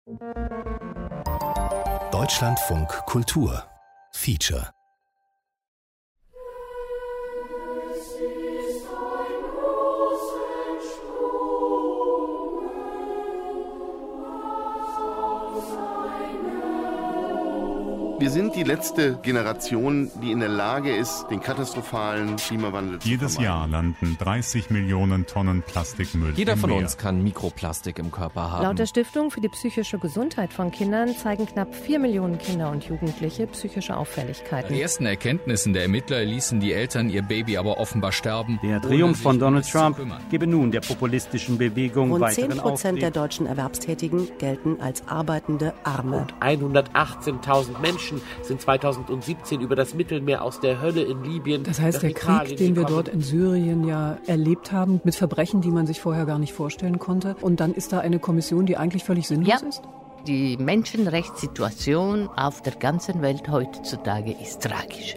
Deutschlandfunk Kultur Feature. Wir sind die letzte Generation, die in der Lage ist, den katastrophalen Klimawandel zu Jedes vermeiden. Jahr landen 30 Millionen Tonnen Plastikmüll Jeder im von Meer. uns kann Mikroplastik im Körper haben. Laut der Stiftung für die psychische Gesundheit von Kindern zeigen knapp 4 Millionen Kinder und Jugendliche psychische Auffälligkeiten. Die ersten Erkenntnissen der Ermittler ließen die Eltern ihr Baby aber offenbar sterben. Der Triumph von Donald Trump gebe nun der populistischen Bewegung Rund weiteren 10% der Auftrieb. deutschen Erwerbstätigen gelten als arbeitende Arme. Und 118.000 Menschen sind 2017 über das Mittelmeer aus der Hölle in Libyen. Das heißt, nach der Italien Krieg, den wir gekommen. dort in Syrien ja erlebt haben, mit Verbrechen, die man sich vorher gar nicht vorstellen konnte. Und dann ist da eine Kommission, die eigentlich völlig sinnlos ist? Die Menschenrechtssituation auf der ganzen Welt heutzutage ist tragisch.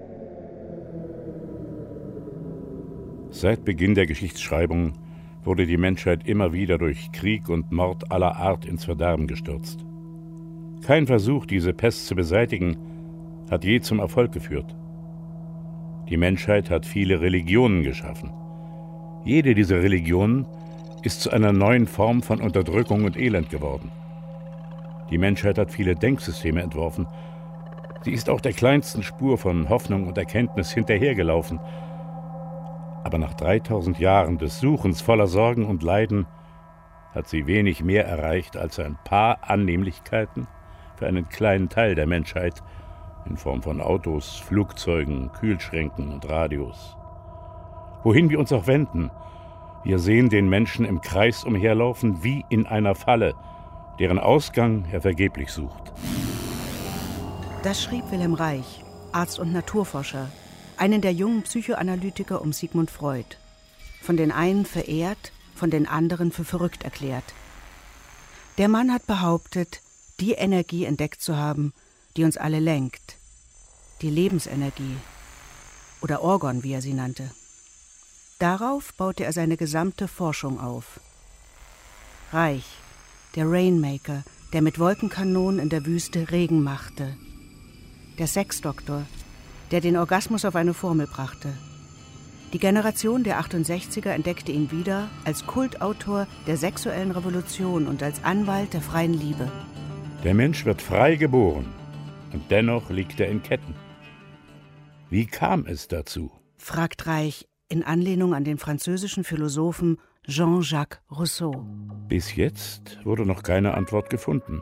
Seit Beginn der Geschichtsschreibung wurde die Menschheit immer wieder durch Krieg und Mord aller Art ins Verderben gestürzt. Kein Versuch, diese Pest zu beseitigen, hat je zum Erfolg geführt. Die Menschheit hat viele Religionen geschaffen. Jede dieser Religionen ist zu einer neuen Form von Unterdrückung und Elend geworden. Die Menschheit hat viele Denksysteme entworfen. Sie ist auch der kleinsten Spur von Hoffnung und Erkenntnis hinterhergelaufen. Aber nach 3000 Jahren des Suchens voller Sorgen und Leiden hat sie wenig mehr erreicht als ein paar Annehmlichkeiten für einen kleinen Teil der Menschheit in Form von Autos, Flugzeugen, Kühlschränken und Radios. Wohin wir uns auch wenden, wir sehen den Menschen im Kreis umherlaufen wie in einer Falle, deren Ausgang er vergeblich sucht. Das schrieb Wilhelm Reich, Arzt und Naturforscher, einen der jungen Psychoanalytiker um Sigmund Freud. Von den einen verehrt, von den anderen für verrückt erklärt. Der Mann hat behauptet, die Energie entdeckt zu haben, die uns alle lenkt. Die Lebensenergie. Oder Orgon, wie er sie nannte. Darauf baute er seine gesamte Forschung auf. Reich, der Rainmaker, der mit Wolkenkanonen in der Wüste Regen machte. Der Sexdoktor, der den Orgasmus auf eine Formel brachte. Die Generation der 68er entdeckte ihn wieder als Kultautor der sexuellen Revolution und als Anwalt der freien Liebe. Der Mensch wird frei geboren und dennoch liegt er in Ketten. Wie kam es dazu? Fragt Reich in Anlehnung an den französischen Philosophen Jean-Jacques Rousseau. Bis jetzt wurde noch keine Antwort gefunden.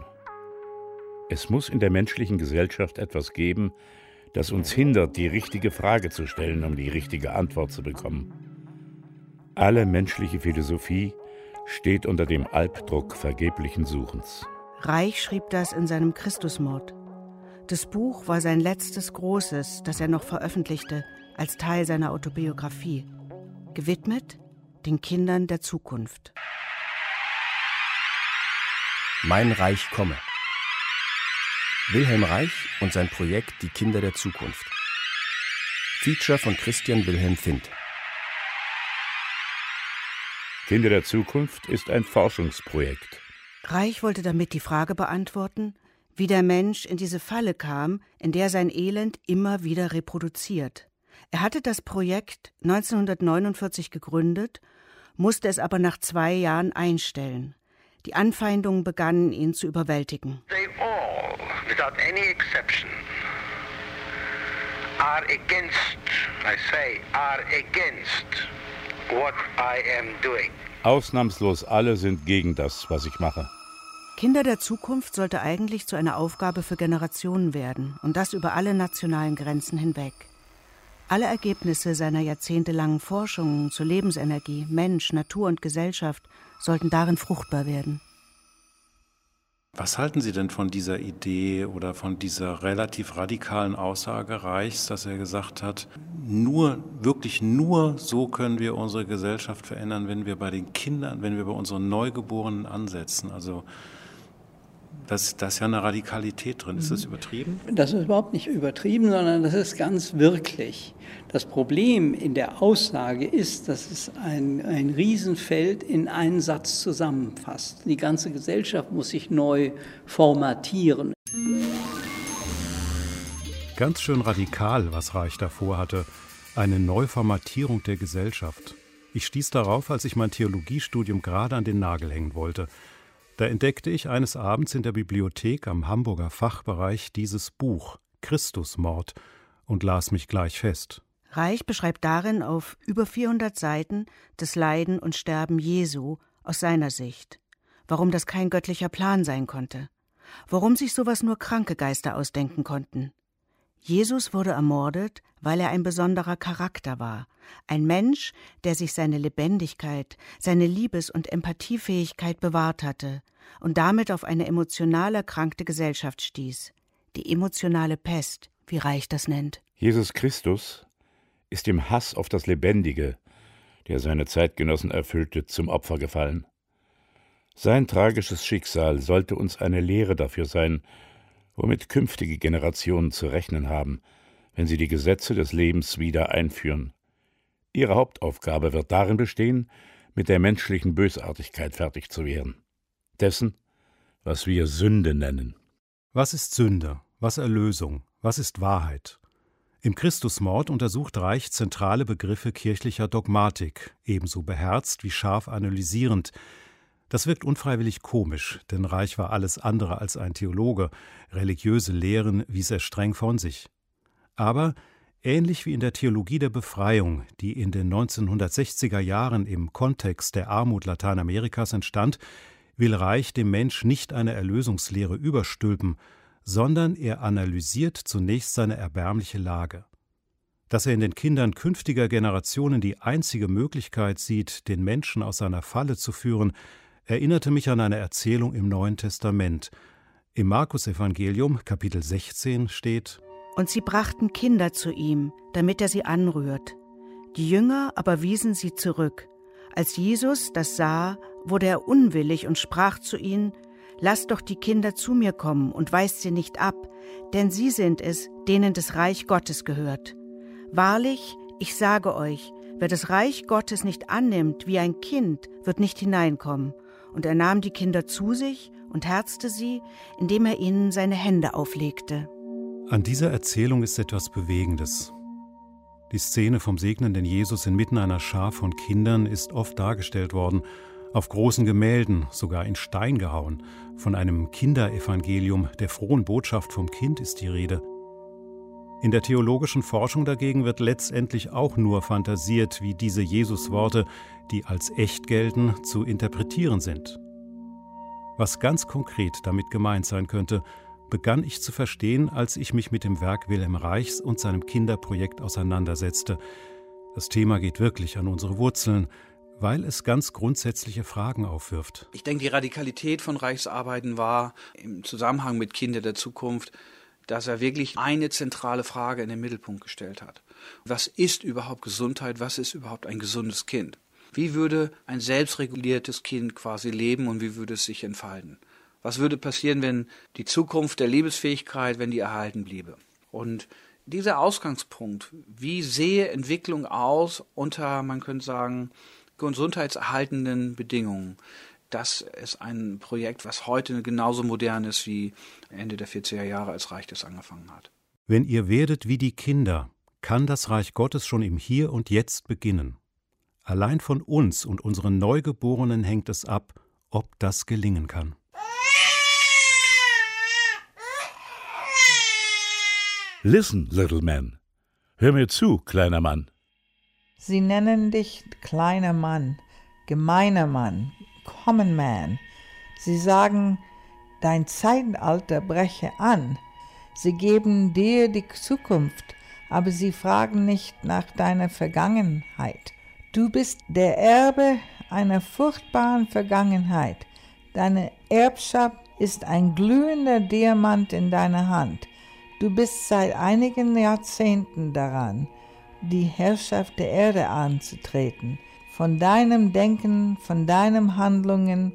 Es muss in der menschlichen Gesellschaft etwas geben, das uns hindert, die richtige Frage zu stellen, um die richtige Antwort zu bekommen. Alle menschliche Philosophie steht unter dem Albdruck vergeblichen Suchens. Reich schrieb das in seinem Christusmord. Das Buch war sein letztes großes, das er noch veröffentlichte, als Teil seiner Autobiografie. Gewidmet den Kindern der Zukunft. Mein Reich komme. Wilhelm Reich und sein Projekt Die Kinder der Zukunft. Feature von Christian Wilhelm Findt. Kinder der Zukunft ist ein Forschungsprojekt. Reich wollte damit die Frage beantworten, wie der Mensch in diese Falle kam, in der sein Elend immer wieder reproduziert. Er hatte das Projekt 1949 gegründet, musste es aber nach 2 Jahren einstellen. Die Anfeindungen begannen, ihn zu überwältigen. They all, without any exception, are against, I say, are against what I am doing. Ausnahmslos alle sind gegen das, was ich mache. Kinder der Zukunft sollte eigentlich zu einer Aufgabe für Generationen werden, und das über alle nationalen Grenzen hinweg. Alle Ergebnisse seiner jahrzehntelangen Forschungen zur Lebensenergie, Mensch, Natur und Gesellschaft sollten darin fruchtbar werden. Was halten Sie denn von dieser Idee oder von dieser relativ radikalen Aussage Reichs, dass er gesagt hat, wirklich nur so können wir unsere Gesellschaft verändern, wenn wir bei den Kindern, wenn wir bei unseren Neugeborenen ansetzen? Also Da ist ja eine Radikalität drin. Ist das übertrieben? Das ist überhaupt nicht übertrieben, sondern das ist ganz wirklich. Das Problem in der Aussage ist, dass es ein Riesenfeld in einen Satz zusammenfasst. Die ganze Gesellschaft muss sich neu formatieren. Ganz schön radikal, was Reich davor hatte. Eine Neuformatierung der Gesellschaft. Ich stieß darauf, als ich mein Theologiestudium gerade an den Nagel hängen wollte. Da entdeckte ich eines Abends in der Bibliothek am Hamburger Fachbereich dieses Buch Christusmord und las mich gleich fest. Reich beschreibt darin auf über 400 Seiten das Leiden und Sterben Jesu aus seiner Sicht. Warum das kein göttlicher Plan sein konnte. Warum sich sowas nur kranke Geister ausdenken konnten. Jesus wurde ermordet, weil er ein besonderer Charakter war. Ein Mensch, der sich seine Lebendigkeit, seine Liebes- und Empathiefähigkeit bewahrt hatte und damit auf eine emotional erkrankte Gesellschaft stieß. Die emotionale Pest, wie Reich das nennt. Jesus Christus ist dem Hass auf das Lebendige, der seine Zeitgenossen erfüllte, zum Opfer gefallen. Sein tragisches Schicksal sollte uns eine Lehre dafür sein, womit künftige Generationen zu rechnen haben, wenn sie die Gesetze des Lebens wieder einführen. Ihre Hauptaufgabe wird darin bestehen, mit der menschlichen Bösartigkeit fertig zu werden. Dessen, was wir Sünde nennen. Was ist Sünde? Was Erlösung? Was ist Wahrheit? Im Christusmord untersucht Reich zentrale Begriffe kirchlicher Dogmatik, ebenso beherzt wie scharf analysierend. Das wirkt unfreiwillig komisch, denn Reich war alles andere als ein Theologe. Religiöse Lehren wies er streng von sich. Aber ähnlich wie in der Theologie der Befreiung, die in den 1960er Jahren im Kontext der Armut Lateinamerikas entstand, will Reich dem Mensch nicht eine Erlösungslehre überstülpen, sondern er analysiert zunächst seine erbärmliche Lage. Dass er in den Kindern künftiger Generationen die einzige Möglichkeit sieht, den Menschen aus seiner Falle zu führen, erinnerte mich an eine Erzählung im Neuen Testament. Im Markus-Evangelium, Kapitel 16, steht: Und sie brachten Kinder zu ihm, damit er sie anrührt. Die Jünger aber wiesen sie zurück. Als Jesus das sah, wurde er unwillig und sprach zu ihnen: Lasst doch die Kinder zu mir kommen und weist sie nicht ab, denn sie sind es, denen das Reich Gottes gehört. Wahrlich, ich sage euch, wer das Reich Gottes nicht annimmt wie ein Kind, wird nicht hineinkommen. Und er nahm die Kinder zu sich und herzte sie, indem er ihnen seine Hände auflegte. An dieser Erzählung ist etwas Bewegendes. Die Szene vom segnenden Jesus inmitten einer Schar von Kindern ist oft dargestellt worden, auf großen Gemälden, sogar in Stein gehauen. Von einem Kinderevangelium, der frohen Botschaft vom Kind ist die Rede. In der theologischen Forschung dagegen wird letztendlich auch nur fantasiert, wie diese Jesus-Worte, die als echt gelten, zu interpretieren sind. Was ganz konkret damit gemeint sein könnte, begann ich zu verstehen, als ich mich mit dem Werk Wilhelm Reichs und seinem Kinderprojekt auseinandersetzte. Das Thema geht wirklich an unsere Wurzeln, weil es ganz grundsätzliche Fragen aufwirft. Ich denke, die Radikalität von Reichs Arbeiten war im Zusammenhang mit Kinder der Zukunft, dass er wirklich eine zentrale Frage in den Mittelpunkt gestellt hat. Was ist überhaupt Gesundheit? Was ist überhaupt ein gesundes Kind? Wie würde ein selbstreguliertes Kind quasi leben und wie würde es sich entfalten? Was würde passieren, wenn die Zukunft der Lebensfähigkeit, wenn die erhalten bliebe? Und dieser Ausgangspunkt, wie sehe Entwicklung aus unter, man könnte sagen, gesundheitserhaltenden Bedingungen? Das ist ein Projekt, was heute genauso modern ist wie Ende der 40er Jahre, als Reich das angefangen hat. Wenn ihr werdet wie die Kinder, kann das Reich Gottes schon im Hier und Jetzt beginnen. Allein von uns und unseren Neugeborenen hängt es ab, ob das gelingen kann. Listen, little man. Hör mir zu, kleiner Mann. Sie nennen dich kleiner Mann, gemeiner Mann, Common Man. Sie sagen, dein Zeitalter breche an. Sie geben dir die Zukunft, aber sie fragen nicht nach deiner Vergangenheit. Du bist der Erbe einer furchtbaren Vergangenheit. Deine Erbschaft ist ein glühender Diamant in deiner Hand. Du bist seit einigen Jahrzehnten daran, die Herrschaft der Erde anzutreten. Von deinem Denken, von deinen Handlungen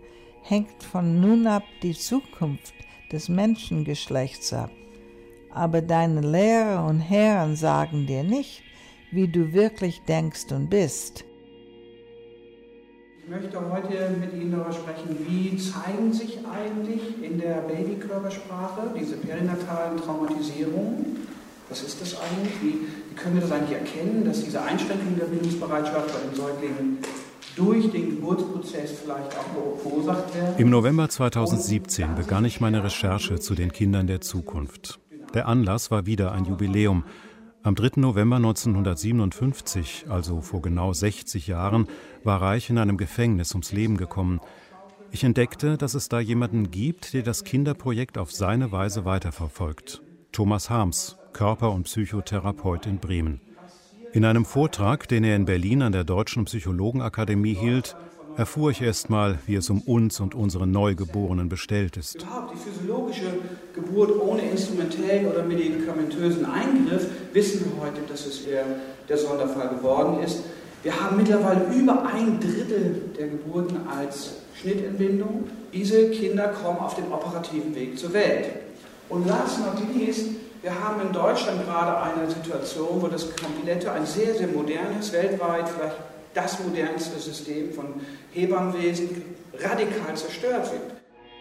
hängt von nun ab die Zukunft des Menschengeschlechts ab. Aber deine Lehrer und Herren sagen dir nicht, wie du wirklich denkst und bist. Ich möchte heute mit Ihnen darüber sprechen, wie zeigen sich eigentlich in der Babykörpersprache diese perinatalen Traumatisierungen. Was ist das eigentlich? Wie können wir das eigentlich erkennen, dass diese Einschränkung der Bindungsbereitschaft bei den Säuglingen durch den Geburtsprozess vielleicht auch verursacht werden? Im November 2017 begann ich meine Recherche zu den Kindern der Zukunft. Der Anlass war wieder ein Jubiläum. Am 3. November 1957, also vor genau 60 Jahren, war Reich in einem Gefängnis ums Leben gekommen. Ich entdeckte, dass es da jemanden gibt, der das Kinderprojekt auf seine Weise weiterverfolgt. Thomas Harms, Körper- und Psychotherapeut in Bremen. In einem Vortrag, den er in Berlin an der Deutschen Psychologenakademie hielt, erfuhr ich erst mal, wie es um uns und unsere Neugeborenen bestellt ist. Überhaupt die physiologische Geburt ohne instrumentellen oder medikamentösen Eingriff wissen wir heute, dass es der Sonderfall geworden ist. Wir haben mittlerweile über 1/3 der Geburten als Schnittentbindung. Diese Kinder kommen auf dem operativen Weg zur Welt. Und last not least, wir haben in Deutschland gerade eine Situation, wo das komplette, ein sehr, sehr modernes, weltweit vielleicht das modernste System von Hebammenwesen radikal zerstört wird.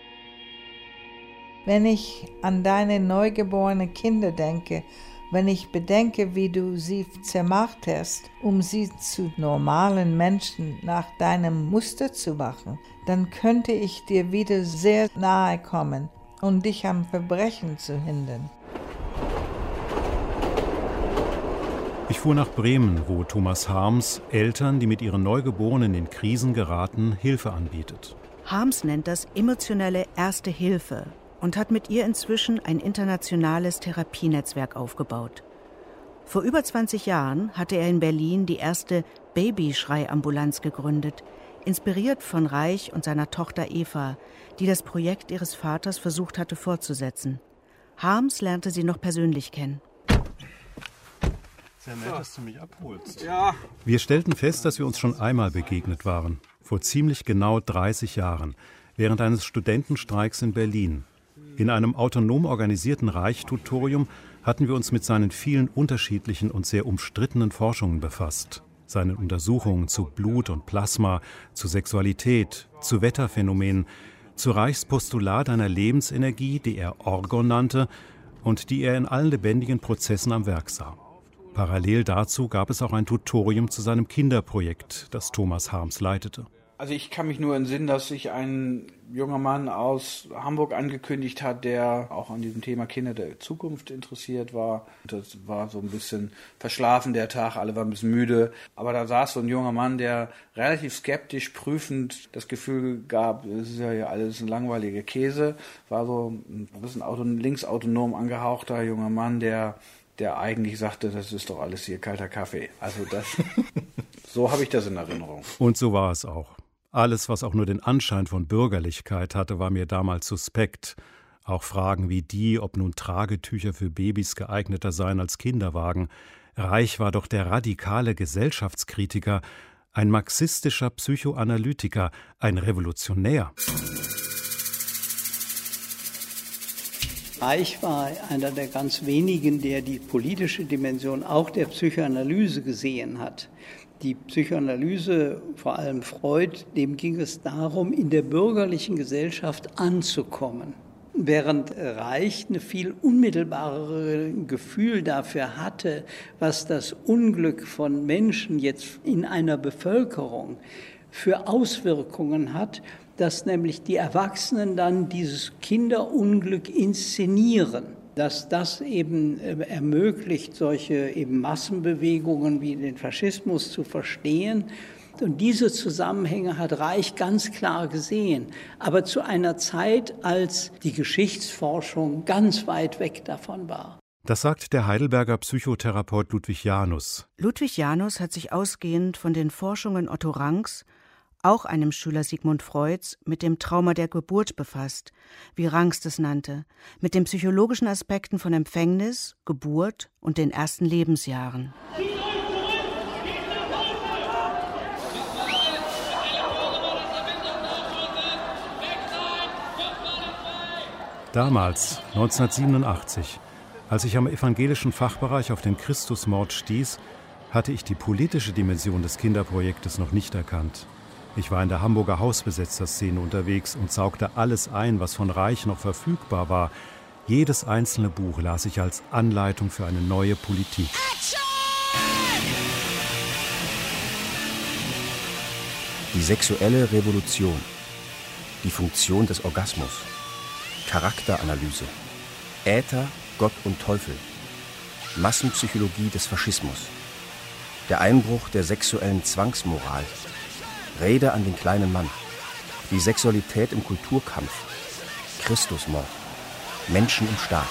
Wenn ich an deine neugeborenen Kinder denke, wenn ich bedenke, wie du sie zermacht hast, um sie zu normalen Menschen nach deinem Muster zu machen, dann könnte ich dir wieder sehr nahe kommen, um dich am Verbrechen zu hindern. Ich fuhr nach Bremen, wo Thomas Harms Eltern, die mit ihren Neugeborenen in Krisen geraten, Hilfe anbietet. Harms nennt das emotionelle Erste Hilfe und hat mit ihr inzwischen ein internationales Therapienetzwerk aufgebaut. Vor über 20 Jahren hatte er in Berlin die erste Babyschreiambulanz gegründet, inspiriert von Reich und seiner Tochter Eva, die das Projekt ihres Vaters versucht hatte fortzusetzen. Harms lernte sie noch persönlich kennen. Sehr nett, dass du mich abholst. Ja. Wir stellten fest, dass wir uns schon einmal begegnet waren. Vor ziemlich genau 30 Jahren, während eines Studentenstreiks in Berlin. In einem autonom organisierten Reich-Tutorium hatten wir uns mit seinen vielen unterschiedlichen und sehr umstrittenen Forschungen befasst. Seinen Untersuchungen zu Blut und Plasma, zu Sexualität, zu Wetterphänomenen, zu Reichs Postulat einer Lebensenergie, die er Orgon nannte und die er in allen lebendigen Prozessen am Werk sah. Parallel dazu gab es auch ein Tutorium zu seinem Kinderprojekt, das Thomas Harms leitete. Also ich kann mich nur entsinnen, dass sich ein junger Mann aus Hamburg angekündigt hat, der auch an diesem Thema Kinder der Zukunft interessiert war. Das war so ein bisschen verschlafen der Tag, alle waren ein bisschen müde. Aber da saß so ein junger Mann, der relativ skeptisch, prüfend das Gefühl gab, es ist ja hier alles ein langweiliger Käse. War so ein bisschen linksautonom angehauchter junger Mann, der eigentlich sagte, das ist doch alles hier kalter Kaffee. Also so habe ich das in Erinnerung. Und so war es auch. Alles, was auch nur den Anschein von Bürgerlichkeit hatte, war mir damals suspekt. Auch Fragen wie die, ob nun Tragetücher für Babys geeigneter seien als Kinderwagen. Reich war doch der radikale Gesellschaftskritiker, ein marxistischer Psychoanalytiker, ein Revolutionär. Reich war einer der ganz wenigen, der die politische Dimension auch der Psychoanalyse gesehen hat. Die Psychoanalyse, vor allem Freud, dem ging es darum, in der bürgerlichen Gesellschaft anzukommen. Während Reich ein viel unmittelbareres Gefühl dafür hatte, was das Unglück von Menschen jetzt in einer Bevölkerung für Auswirkungen hat, dass nämlich die Erwachsenen dann dieses Kinderunglück inszenieren, dass das eben ermöglicht, solche eben Massenbewegungen wie den Faschismus zu verstehen. Und diese Zusammenhänge hat Reich ganz klar gesehen, aber zu einer Zeit, als die Geschichtsforschung ganz weit weg davon war. Das sagt der Heidelberger Psychotherapeut Ludwig Janus. Ludwig Janus hat sich ausgehend von den Forschungen Otto Ranks, auch einem Schüler Sigmund Freuds, mit dem Trauma der Geburt befasst, wie Ranks das nannte, mit den psychologischen Aspekten von Empfängnis, Geburt und den ersten Lebensjahren. Damals, 1987, als ich am evangelischen Fachbereich auf den Christusmord stieß, hatte ich die politische Dimension des Kinderprojektes noch nicht erkannt. Ich war in der Hamburger Hausbesetzerszene unterwegs und saugte alles ein, was von Reich noch verfügbar war. Jedes einzelne Buch las ich als Anleitung für eine neue Politik. Die sexuelle Revolution, die Funktion des Orgasmus, Charakteranalyse, Äther, Gott und Teufel, Massenpsychologie des Faschismus, der Einbruch der sexuellen Zwangsmoral, Rede an den kleinen Mann, die Sexualität im Kulturkampf, Christusmord, Menschen im Staat.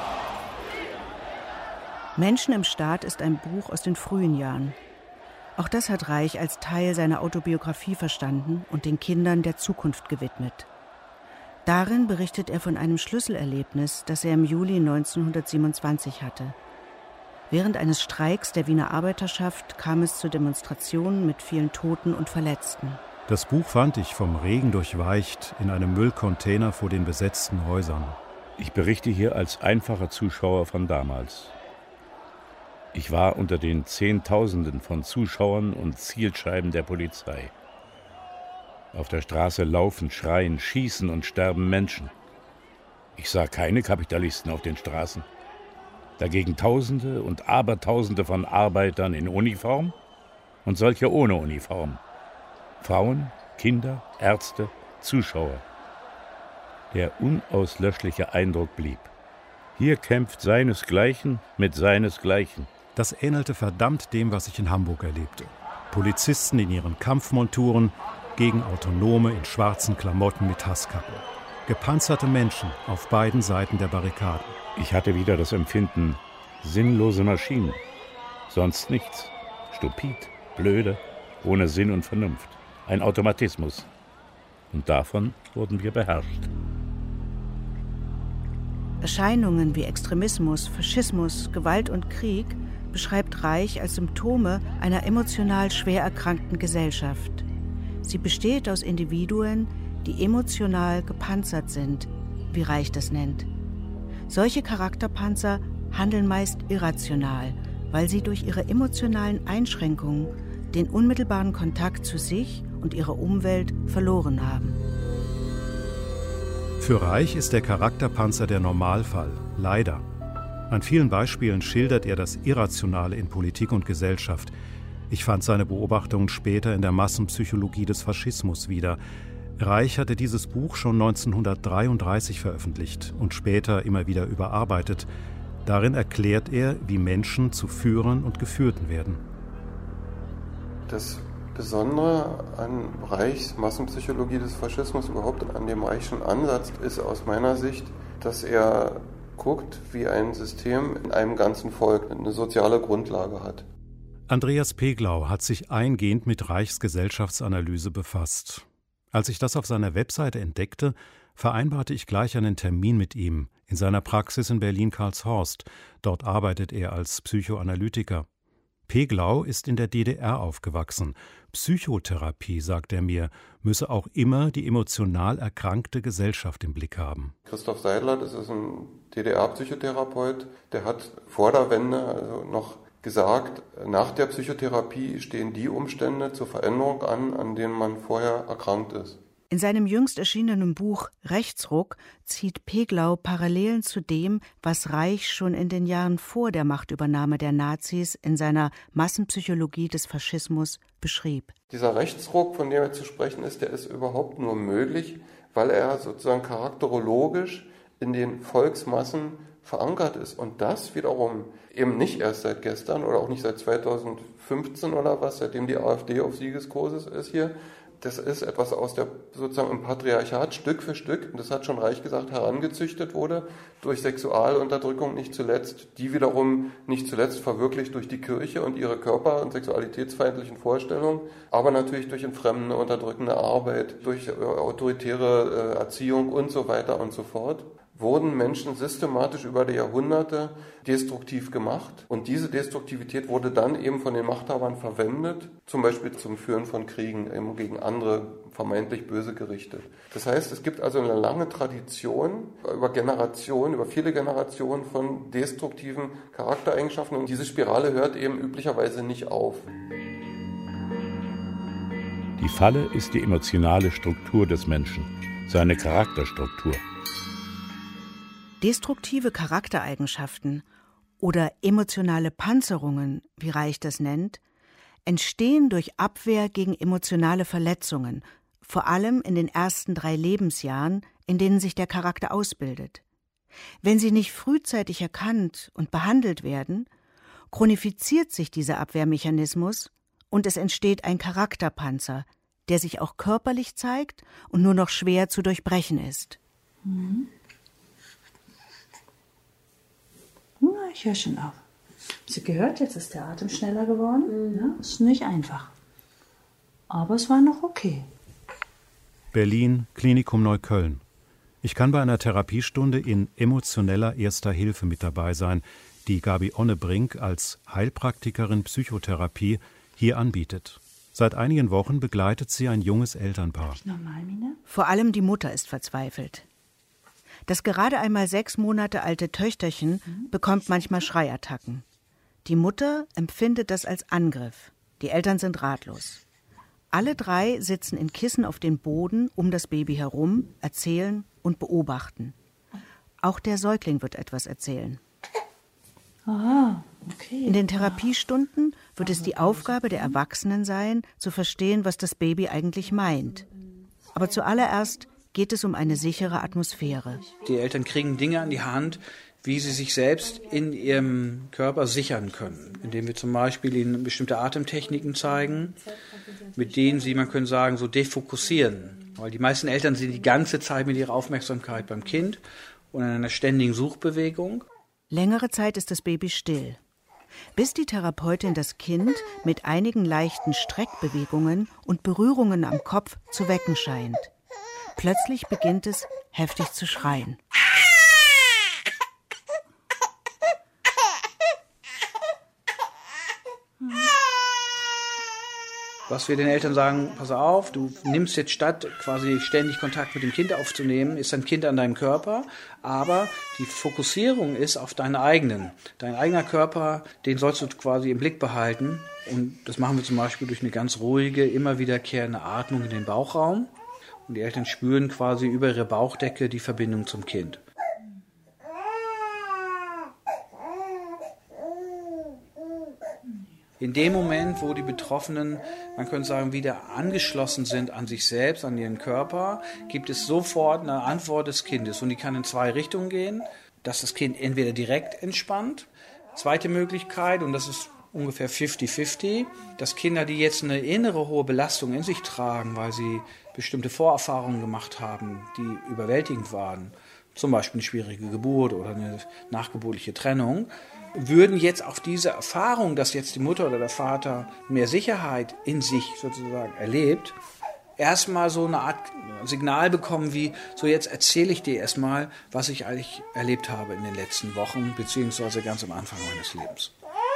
Menschen im Staat ist ein Buch aus den frühen Jahren. Auch das hat Reich als Teil seiner Autobiografie verstanden und den Kindern der Zukunft gewidmet. Darin berichtet er von einem Schlüsselerlebnis, das er im Juli 1927 hatte. Während eines Streiks der Wiener Arbeiterschaft kam es zu Demonstrationen mit vielen Toten und Verletzten. Das Buch fand ich vom Regen durchweicht in einem Müllcontainer vor den besetzten Häusern. Ich berichte hier als einfacher Zuschauer von damals. Ich war unter den Zehntausenden von Zuschauern und Zielscheiben der Polizei. Auf der Straße laufen, schreien, schießen und sterben Menschen. Ich sah keine Kapitalisten auf den Straßen. Dagegen Tausende und Abertausende von Arbeitern in Uniform und solche ohne Uniform. Frauen, Kinder, Ärzte, Zuschauer. Der unauslöschliche Eindruck blieb. Hier kämpft seinesgleichen mit seinesgleichen. Das ähnelte verdammt dem, was ich in Hamburg erlebte. Polizisten in ihren Kampfmonturen gegen Autonome in schwarzen Klamotten mit Hasskappe. Gepanzerte Menschen auf beiden Seiten der Barrikaden. Ich hatte wieder das Empfinden, sinnlose Maschinen. Sonst nichts. Stupid, blöde, ohne Sinn und Vernunft. Ein Automatismus. Und davon wurden wir beherrscht. Erscheinungen wie Extremismus, Faschismus, Gewalt und Krieg beschreibt Reich als Symptome einer emotional schwer erkrankten Gesellschaft. Sie besteht aus Individuen, die emotional gepanzert sind, wie Reich das nennt. Solche Charakterpanzer handeln meist irrational, weil sie durch ihre emotionalen Einschränkungen den unmittelbaren Kontakt zu sich und ihrer Umwelt verloren haben. Für Reich ist der Charakterpanzer der Normalfall, leider. An vielen Beispielen schildert er das Irrationale in Politik und Gesellschaft. Ich fand seine Beobachtungen später in der Massenpsychologie des Faschismus wieder. Reich hatte dieses Buch schon 1933 veröffentlicht und später immer wieder überarbeitet. Darin erklärt er, wie Menschen zu Führern und Geführten werden. Das Besondere an Reichs Massenpsychologie des Faschismus, überhaupt an dem Reichschen Ansatz, ist aus meiner Sicht, dass er guckt, wie ein System in einem ganzen Volk eine soziale Grundlage hat. Andreas Peglau hat sich eingehend mit Reichs Gesellschaftsanalyse befasst. Als ich das auf seiner Webseite entdeckte, vereinbarte ich gleich einen Termin mit ihm in seiner Praxis in Berlin-Karlshorst. Dort arbeitet er als Psychoanalytiker. Peglau ist in der DDR aufgewachsen. Psychotherapie, sagt er mir, müsse auch immer die emotional erkrankte Gesellschaft im Blick haben. Christoph Seidler, das ist ein DDR-Psychotherapeut, der hat vor der Wende noch gesagt, nach der Psychotherapie stehen die Umstände zur Veränderung an denen man vorher erkrankt ist. In seinem jüngst erschienenen Buch Rechtsruck zieht Peglau Parallelen zu dem, was Reich schon in den Jahren vor der Machtübernahme der Nazis in seiner Massenpsychologie des Faschismus beschrieb. Dieser Rechtsruck, von dem er zu sprechen ist, der ist überhaupt nur möglich, weil er sozusagen charakterologisch in den Volksmassen verankert ist. Und das wiederum eben nicht erst seit gestern oder auch nicht seit 2015 oder was, seitdem die AfD auf Siegeskurs ist hier. Das ist etwas aus der sozusagen im Patriarchat Stück für Stück, und das hat schon Reich gesagt, herangezüchtet wurde, durch Sexualunterdrückung nicht zuletzt, die wiederum nicht zuletzt verwirklicht durch die Kirche und ihre körper- und sexualitätsfeindlichen Vorstellungen, aber natürlich durch entfremdende, unterdrückende Arbeit, durch autoritäre Erziehung und so weiter und so fort, wurden Menschen systematisch über die Jahrhunderte destruktiv gemacht. Und diese Destruktivität wurde dann eben von den Machthabern verwendet, zum Beispiel zum Führen von Kriegen eben gegen andere vermeintlich Böse gerichtet. Das heißt, es gibt also eine lange Tradition über Generationen, über viele Generationen von destruktiven Charaktereigenschaften. Und diese Spirale hört eben üblicherweise nicht auf. Die Falle ist die emotionale Struktur des Menschen, seine Charakterstruktur. Destruktive Charaktereigenschaften oder emotionale Panzerungen, wie Reich das nennt, entstehen durch Abwehr gegen emotionale Verletzungen, vor allem in den ersten 3 Lebensjahren, in denen sich der Charakter ausbildet. Wenn sie nicht frühzeitig erkannt und behandelt werden, chronifiziert sich dieser Abwehrmechanismus und es entsteht ein Charakterpanzer, der sich auch körperlich zeigt und nur noch schwer zu durchbrechen ist. Ich höre schon auf. Sie gehört, jetzt ist der Atem schneller geworden. Ja, ist nicht einfach. Aber es war noch okay. Berlin, Klinikum Neukölln. Ich kann bei einer Therapiestunde in emotioneller Erster Hilfe mit dabei sein, die Gabi Onnebrink als Heilpraktikerin Psychotherapie hier anbietet. Seit einigen Wochen begleitet sie ein junges Elternpaar. Vor allem die Mutter ist verzweifelt. Das gerade einmal 6 Monate alte Töchterchen bekommt manchmal Schreiattacken. Die Mutter empfindet das als Angriff. Die Eltern sind ratlos. Alle 3 sitzen in Kissen auf dem Boden um das Baby herum, erzählen und beobachten. Auch der Säugling wird etwas erzählen. Aha, okay. In den Therapiestunden wird es die Aufgabe der Erwachsenen sein, zu verstehen, was das Baby eigentlich meint. Aber zuallererst geht es um eine sichere Atmosphäre. Die Eltern kriegen Dinge an die Hand, wie sie sich selbst in ihrem Körper sichern können. Indem wir zum Beispiel ihnen bestimmte Atemtechniken zeigen, mit denen sie, man könnte sagen, so defokussieren. Weil die meisten Eltern sind die ganze Zeit mit ihrer Aufmerksamkeit beim Kind und in einer ständigen Suchbewegung. Längere Zeit ist das Baby still, bis die Therapeutin das Kind mit einigen leichten Streckbewegungen und Berührungen am Kopf zu wecken scheint. Plötzlich beginnt es, heftig zu schreien. Was wir den Eltern sagen, pass auf, du nimmst jetzt statt quasi ständig Kontakt mit dem Kind aufzunehmen, ist dein Kind an deinem Körper, aber die Fokussierung ist auf deinen eigenen. Dein eigener Körper, den sollst du quasi im Blick behalten und das machen wir zum Beispiel durch eine ganz ruhige, immer wiederkehrende Atmung in den Bauchraum. Und die Eltern spüren quasi über ihre Bauchdecke die Verbindung zum Kind. In dem Moment, wo die Betroffenen, man könnte sagen, wieder angeschlossen sind an sich selbst, an ihren Körper, gibt es sofort eine Antwort des Kindes. Und die kann in 2 Richtungen gehen, dass das Kind entweder direkt entspannt. Zweite Möglichkeit, und das ist ungefähr 50-50, dass Kinder, die jetzt eine innere hohe Belastung in sich tragen, weil sie bestimmte Vorerfahrungen gemacht haben, die überwältigend waren, zum Beispiel eine schwierige Geburt oder eine nachgeburtliche Trennung, würden jetzt auf diese Erfahrung, dass jetzt die Mutter oder der Vater mehr Sicherheit in sich sozusagen erlebt, erstmal so eine Art Signal bekommen wie, so jetzt erzähle ich dir erstmal, was ich eigentlich erlebt habe in den letzten Wochen, beziehungsweise ganz am Anfang meines Lebens.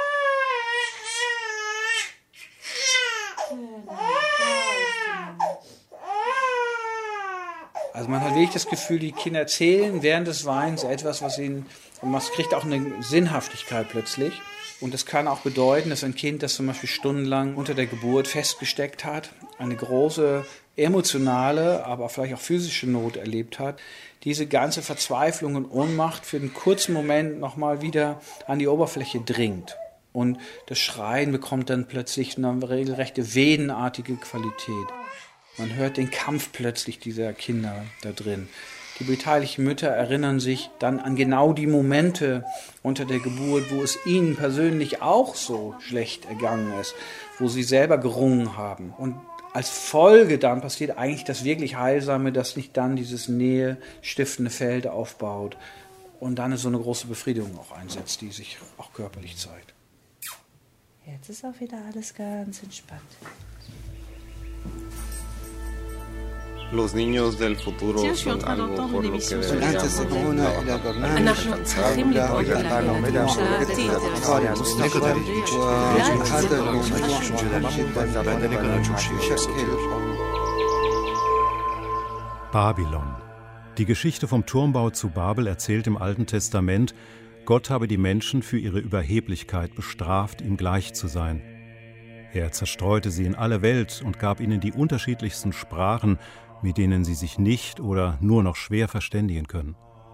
Also man hat wirklich das Gefühl, die Kinder erzählen während des Weinens etwas, was ihnen, und man kriegt auch eine Sinnhaftigkeit plötzlich. Und das kann auch bedeuten, dass ein Kind, das zum Beispiel stundenlang unter der Geburt festgesteckt hat, eine große emotionale, aber vielleicht auch physische Not erlebt hat, diese ganze Verzweiflung und Ohnmacht für einen kurzen Moment nochmal wieder an die Oberfläche dringt. Und das Schreien bekommt dann plötzlich eine regelrechte wehenartige Qualität. Man hört den Kampf plötzlich dieser Kinder da drin. Die beteiligten Mütter erinnern sich dann an genau die Momente unter der Geburt, wo es ihnen persönlich auch so schlecht ergangen ist, wo sie selber gerungen haben. Und als Folge dann passiert eigentlich das wirklich Heilsame, dass sich dann dieses nähestiftende Feld aufbaut und dann so eine große Befriedigung auch einsetzt, die sich auch körperlich zeigt. Jetzt ist auch wieder alles ganz entspannt. Los niños del futuro son algo por lo que deberíamos Babylon. Die Geschichte vom Turmbau zu Babel erzählt im Alten Testament, Gott habe die Menschen für ihre Überheblichkeit bestraft, ihm gleich zu sein. Er zerstreute sie in alle Welt und gab ihnen die unterschiedlichsten Sprachen, mit denen sie sich nicht oder nur noch schwer verständigen können.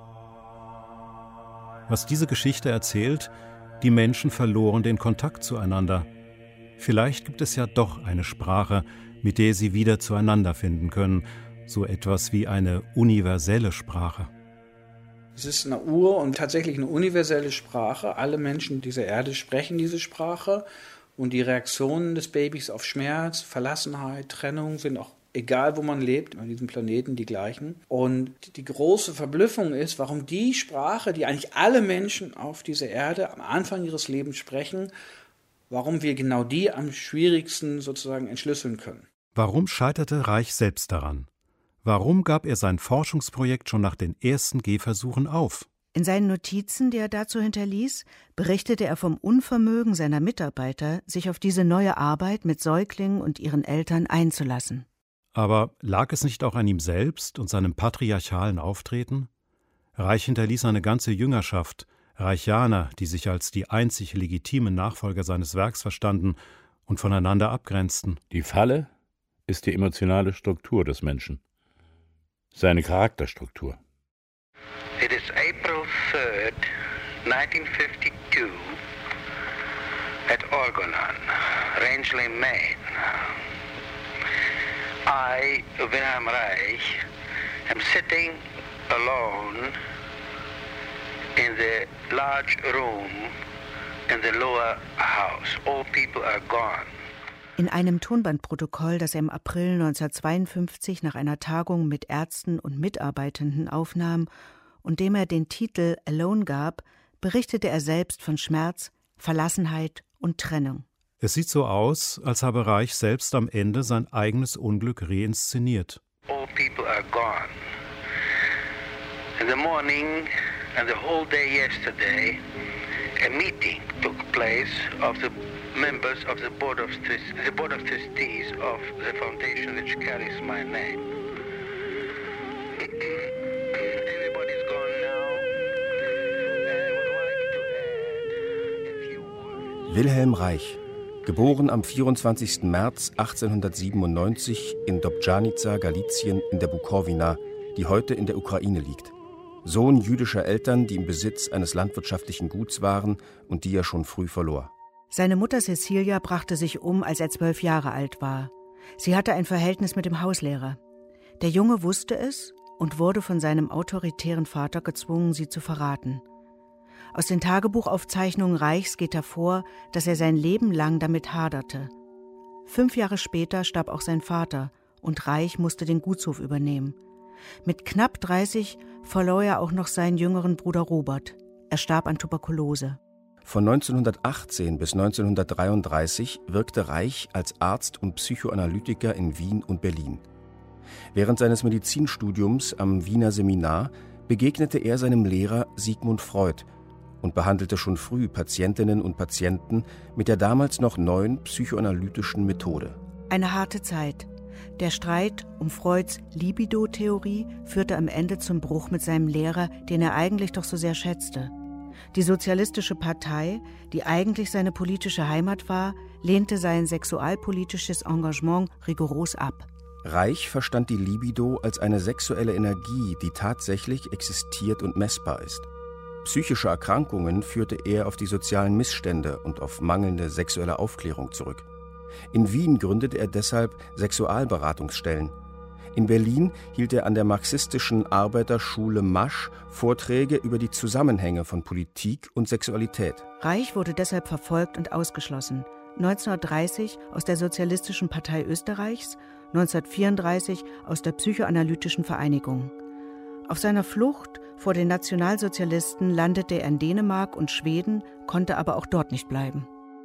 Was diese Geschichte erzählt, die Menschen verloren den Kontakt zueinander. Vielleicht gibt es ja doch eine Sprache, mit der sie wieder zueinander finden können, so etwas wie eine universelle Sprache. Es ist eine und tatsächlich eine universelle Sprache. Alle Menschen dieser Erde sprechen diese Sprache. Und die Reaktionen des Babys auf Schmerz, Verlassenheit, Trennung sind auch, egal wo man lebt, an diesem Planeten die gleichen. Und die große Verblüffung ist, warum die Sprache, die eigentlich alle Menschen auf dieser Erde am Anfang ihres Lebens sprechen, warum wir genau die am schwierigsten sozusagen entschlüsseln können. Warum scheiterte Reich selbst daran? Warum gab er sein Forschungsprojekt schon nach den ersten Gehversuchen auf? In seinen Notizen, die er dazu hinterließ, berichtete er vom Unvermögen seiner Mitarbeiter, sich auf diese neue Arbeit mit Säuglingen und ihren Eltern einzulassen. Aber lag es nicht auch an ihm selbst und seinem patriarchalen Auftreten? Reich hinterließ eine ganze Jüngerschaft, Reichianer, die sich als die einzig legitimen Nachfolger seines Werks verstanden und voneinander abgrenzten. Die Falle ist die emotionale Struktur des Menschen, seine Charakterstruktur. It is April 3rd, 1952, at Orgonon, Rangeley, Maine. I, Wilhelm Reich, am sitting alone in the large room in the lower house. All people are gone. In einem Tonbandprotokoll, das er im April 1952 nach einer Tagung mit Ärzten und Mitarbeitenden aufnahm und dem er den Titel Alone gab, berichtete er selbst von Schmerz, Verlassenheit und Trennung. Es sieht so aus, als habe Reich selbst am Ende sein eigenes Unglück reinszeniert. All people are gone. In the morning and the whole day yesterday, a meeting took place of the members of the Board of Trustees of the foundation which carries my name. Everybody's gone now. I would like to add a few words. Wilhelm Reich, geboren am 24. März 1897 in Dobdschanica, Galizien in der Bukowina, die heute in der Ukraine liegt. Sohn jüdischer Eltern, die im Besitz eines landwirtschaftlichen Guts waren und die er schon früh verlor. Seine Mutter Cecilia brachte sich um, als er 12 Jahre alt war. Sie hatte ein Verhältnis mit dem Hauslehrer. Der Junge wusste es und wurde von seinem autoritären Vater gezwungen, sie zu verraten. Aus den Tagebuchaufzeichnungen Reichs geht hervor, dass er sein Leben lang damit haderte. 5 Jahre später starb auch sein Vater und Reich musste den Gutshof übernehmen. Mit knapp 30 verlor er auch noch seinen jüngeren Bruder Robert. Er starb an Tuberkulose. Von 1918 bis 1933 wirkte Reich als Arzt und Psychoanalytiker in Wien und Berlin. Während seines Medizinstudiums am Wiener Seminar begegnete er seinem Lehrer Sigmund Freud und behandelte schon früh Patientinnen und Patienten mit der damals noch neuen psychoanalytischen Methode. Eine harte Zeit. Der Streit um Freuds Libido-Theorie führte am Ende zum Bruch mit seinem Lehrer, den er eigentlich doch so sehr schätzte. Die Sozialistische Partei, die eigentlich seine politische Heimat war, lehnte sein sexualpolitisches Engagement rigoros ab. Reich verstand die Libido als eine sexuelle Energie, die tatsächlich existiert und messbar ist. Psychische Erkrankungen führte er auf die sozialen Missstände und auf mangelnde sexuelle Aufklärung zurück. In Wien gründete er deshalb Sexualberatungsstellen. In Berlin hielt er an der marxistischen Arbeiterschule Masch Vorträge über die Zusammenhänge von Politik und Sexualität. Reich wurde deshalb verfolgt und ausgeschlossen. 1930 aus der Sozialistischen Partei Österreichs, 1934 aus der Psychoanalytischen Vereinigung. Auf seiner Flucht vor den Nationalsozialisten landete er in Dänemark und Schweden, konnte aber auch dort nicht bleiben.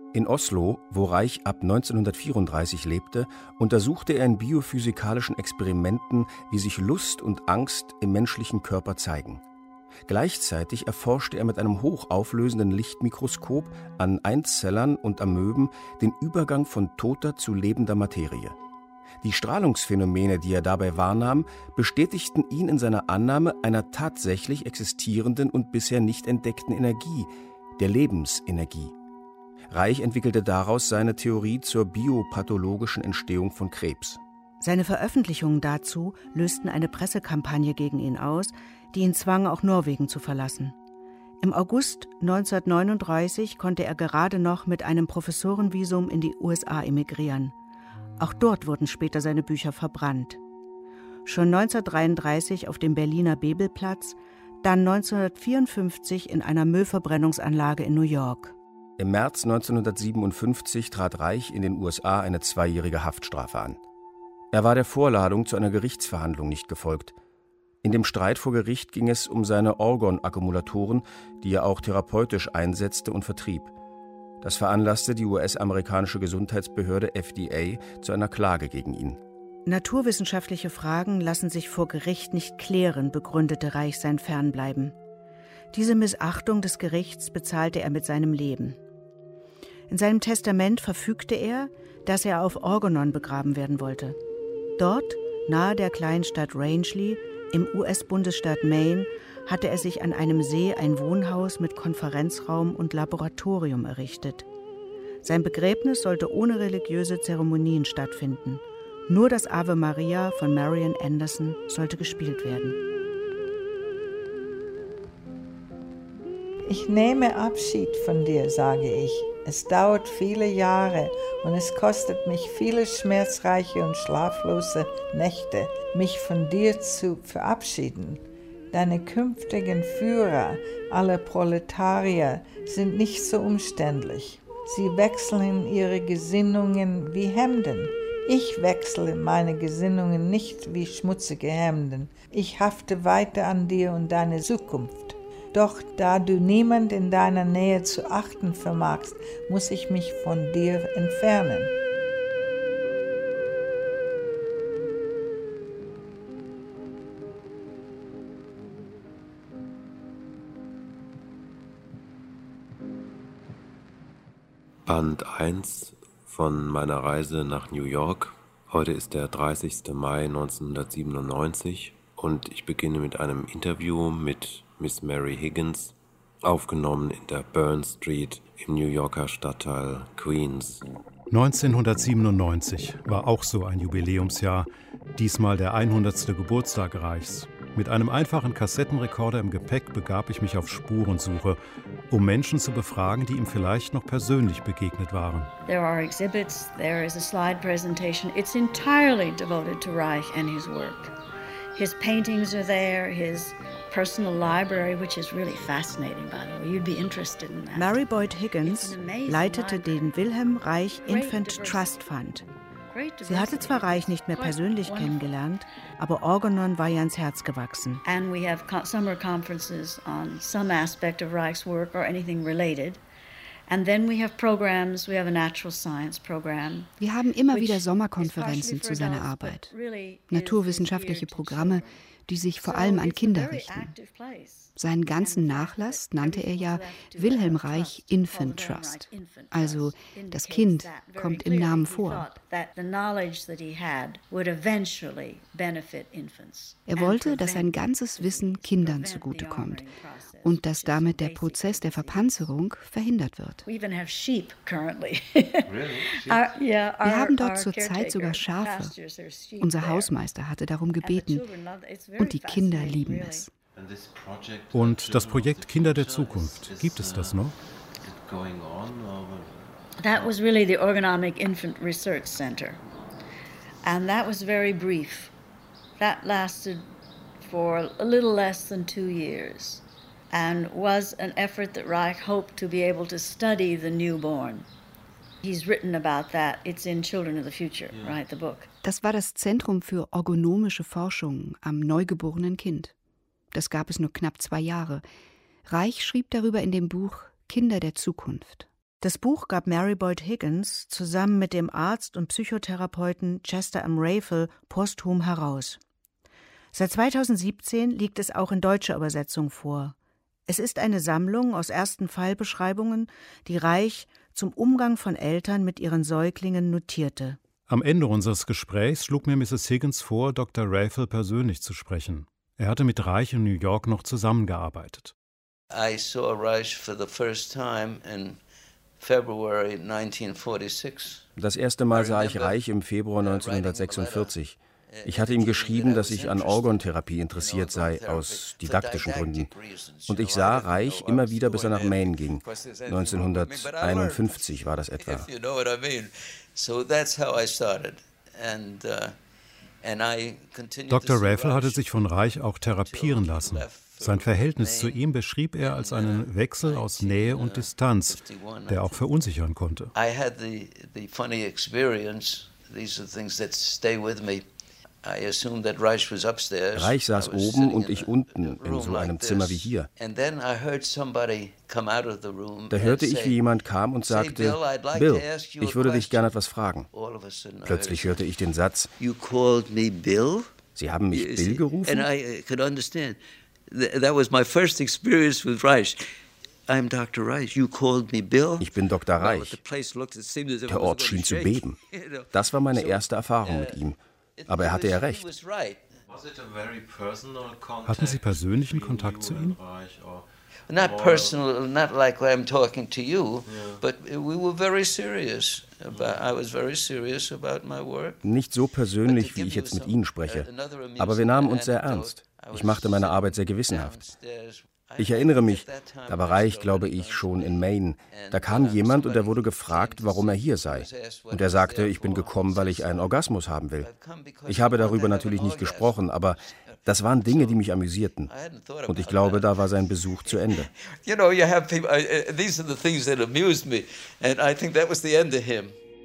In Oslo, wo Reich ab 1934 lebte, untersuchte er in biophysikalischen Experimenten, wie sich Lust und Angst im menschlichen Körper zeigen. Gleichzeitig erforschte er mit einem hochauflösenden Lichtmikroskop an Einzellern und Amöben den Übergang von toter zu lebender Materie. Die Strahlungsphänomene, die er dabei wahrnahm, bestätigten ihn in seiner Annahme einer tatsächlich existierenden und bisher nicht entdeckten Energie, der Lebensenergie. Reich entwickelte daraus seine Theorie zur biopathologischen Entstehung von Krebs. Seine Veröffentlichungen dazu lösten eine Pressekampagne gegen ihn aus, die ihn zwang, auch Norwegen zu verlassen. Im August 1939 konnte er gerade noch mit einem Professorenvisum in die USA emigrieren. Auch dort wurden später seine Bücher verbrannt. Schon 1933 auf dem Berliner Bebelplatz, dann 1954 in einer Müllverbrennungsanlage in New York. Im März 1957 trat Reich in den USA eine 2-jährige Haftstrafe an. Er war der Vorladung zu einer Gerichtsverhandlung nicht gefolgt. In dem Streit vor Gericht ging es um seine Orgon-Akkumulatoren, die er auch therapeutisch einsetzte und vertrieb. Das veranlasste die US-amerikanische Gesundheitsbehörde FDA zu einer Klage gegen ihn. Naturwissenschaftliche Fragen lassen sich vor Gericht nicht klären, begründete Reich sein Fernbleiben. Diese Missachtung des Gerichts bezahlte er mit seinem Leben. In seinem Testament verfügte er, dass er auf Orgonon begraben werden wollte. Dort, nahe der kleinen Stadt Rangeley, im US-Bundesstaat Maine, hatte er sich an einem See ein Wohnhaus mit Konferenzraum und Laboratorium errichtet. Sein Begräbnis sollte ohne religiöse Zeremonien stattfinden. Nur das Ave Maria von Marian Anderson sollte gespielt werden. Ich nehme Abschied von dir, sage ich. Es dauert viele Jahre und es kostet mich viele schmerzreiche und schlaflose Nächte, mich von dir zu verabschieden. Deine künftigen Führer, alle Proletarier, sind nicht so umständlich. Sie wechseln ihre Gesinnungen wie Hemden. Ich wechsle meine Gesinnungen nicht wie schmutzige Hemden. Ich hafte weiter an dir und deine Zukunft. Doch da du niemand in deiner Nähe zu achten vermagst, muss ich mich von dir entfernen. Band 1 von meiner Reise nach New York. Heute ist der 30. Mai 1997 und ich beginne mit einem Interview mit Miss Mary Higgins, aufgenommen in der Byrne Street im New Yorker Stadtteil Queens. 1997 war auch so ein Jubiläumsjahr, diesmal der 100. Geburtstag Reichs. Mit einem einfachen Kassettenrekorder im Gepäck begab ich mich auf Spurensuche, um Menschen zu befragen, die ihm vielleicht noch persönlich begegnet waren. There are exhibits, there is a slide presentation. It's entirely devoted to Reich and his work. His paintings are there, his personal library, which is really fascinating, by the way. You'd be interested in that. Mary Boyd Higgins leitete den Wilhelm Reich Infant Trust Fund. Sie hatte zwar Reich nicht mehr persönlich kennengelernt, aber Orgonon war ihr ans Herz gewachsen. And we have summer conferences on some aspect of Reich's work or anything related. And then we have programs, we have a natural science program. Wir haben immer wieder Sommerkonferenzen zu seiner Arbeit. Naturwissenschaftliche Programme, die sich vor allem an Kinder richten. Seinen ganzen Nachlass nannte er ja Wilhelm Reich Infant Trust. Also das Kind kommt im Namen vor. Er wollte, dass sein ganzes Wissen Kindern zugutekommt und dass damit der Prozess der Verpanzerung verhindert wird. Wir haben dort zurzeit sogar Schafe. Unser Hausmeister hatte darum gebeten und die Kinder lieben es. Und das Projekt Kinder der Zukunft, gibt es das noch? That was really the Orgonomic Infant Research Center. And that was very brief. That lasted for a little less than 2 years and was an effort that Reich hoped to be able to study the newborn. He's written about that. It's in Children of the Future, right, the book. Das war das Zentrum für orgonomische Forschung am neugeborenen Kind. Das gab es nur knapp 2 Jahre. Reich schrieb darüber in dem Buch Kinder der Zukunft. Das Buch gab Mary Boyd Higgins zusammen mit dem Arzt und Psychotherapeuten Chester M. Rafel posthum heraus. Seit 2017 liegt es auch in deutscher Übersetzung vor. Es ist eine Sammlung aus ersten Fallbeschreibungen, die Reich zum Umgang von Eltern mit ihren Säuglingen notierte. Am Ende unseres Gesprächs schlug mir Mrs. Higgins vor, Dr. Rafel persönlich zu sprechen. Er hatte mit Reich in New York noch zusammengearbeitet. I saw Reich for the first time in February 1946. Das erste Mal sah ich Reich im Februar 1946. Ich hatte ihm geschrieben, dass ich an Orgontherapie interessiert sei, aus didaktischen Gründen. Und ich sah Reich immer wieder, bis er nach Maine ging. 1951 war das etwa. Dr. Rafel hatte sich von Reich auch therapieren lassen. Sein Verhältnis zu ihm beschrieb er als einen Wechsel aus Nähe und Distanz, der auch verunsichern konnte. Reich saß oben und ich unten in so einem Zimmer wie hier. Da hörte ich, wie jemand kam und sagte, Bill, ich würde dich gerne etwas fragen. Plötzlich hörte ich den Satz, Sie haben mich Bill gerufen? That was my first experience with Reich. I'm Dr. Reich. You called me Bill. Ich bin Dr. Reich. Der Ort schien zu beben. Das war meine erste Erfahrung mit ihm. Aber er hatte ja recht. Hatten Sie persönlichen Kontakt zu ihm? Not personal, not like I'm talking to you, but we were very serious. I was very serious about my work. Nicht so persönlich, wie ich jetzt mit Ihnen spreche. Aber wir nahmen uns sehr ernst. Ich machte meine Arbeit sehr gewissenhaft. Ich erinnere mich, da war Reich, glaube ich, schon in Maine. Da kam jemand und er wurde gefragt, warum er hier sei. Und er sagte, ich bin gekommen, weil ich einen Orgasmus haben will. Ich habe darüber natürlich nicht gesprochen, aber das waren Dinge, die mich amüsierten. Und ich glaube, da war sein Besuch zu Ende. You know, you have people, these are the things that amused me, and I think that was the end of him.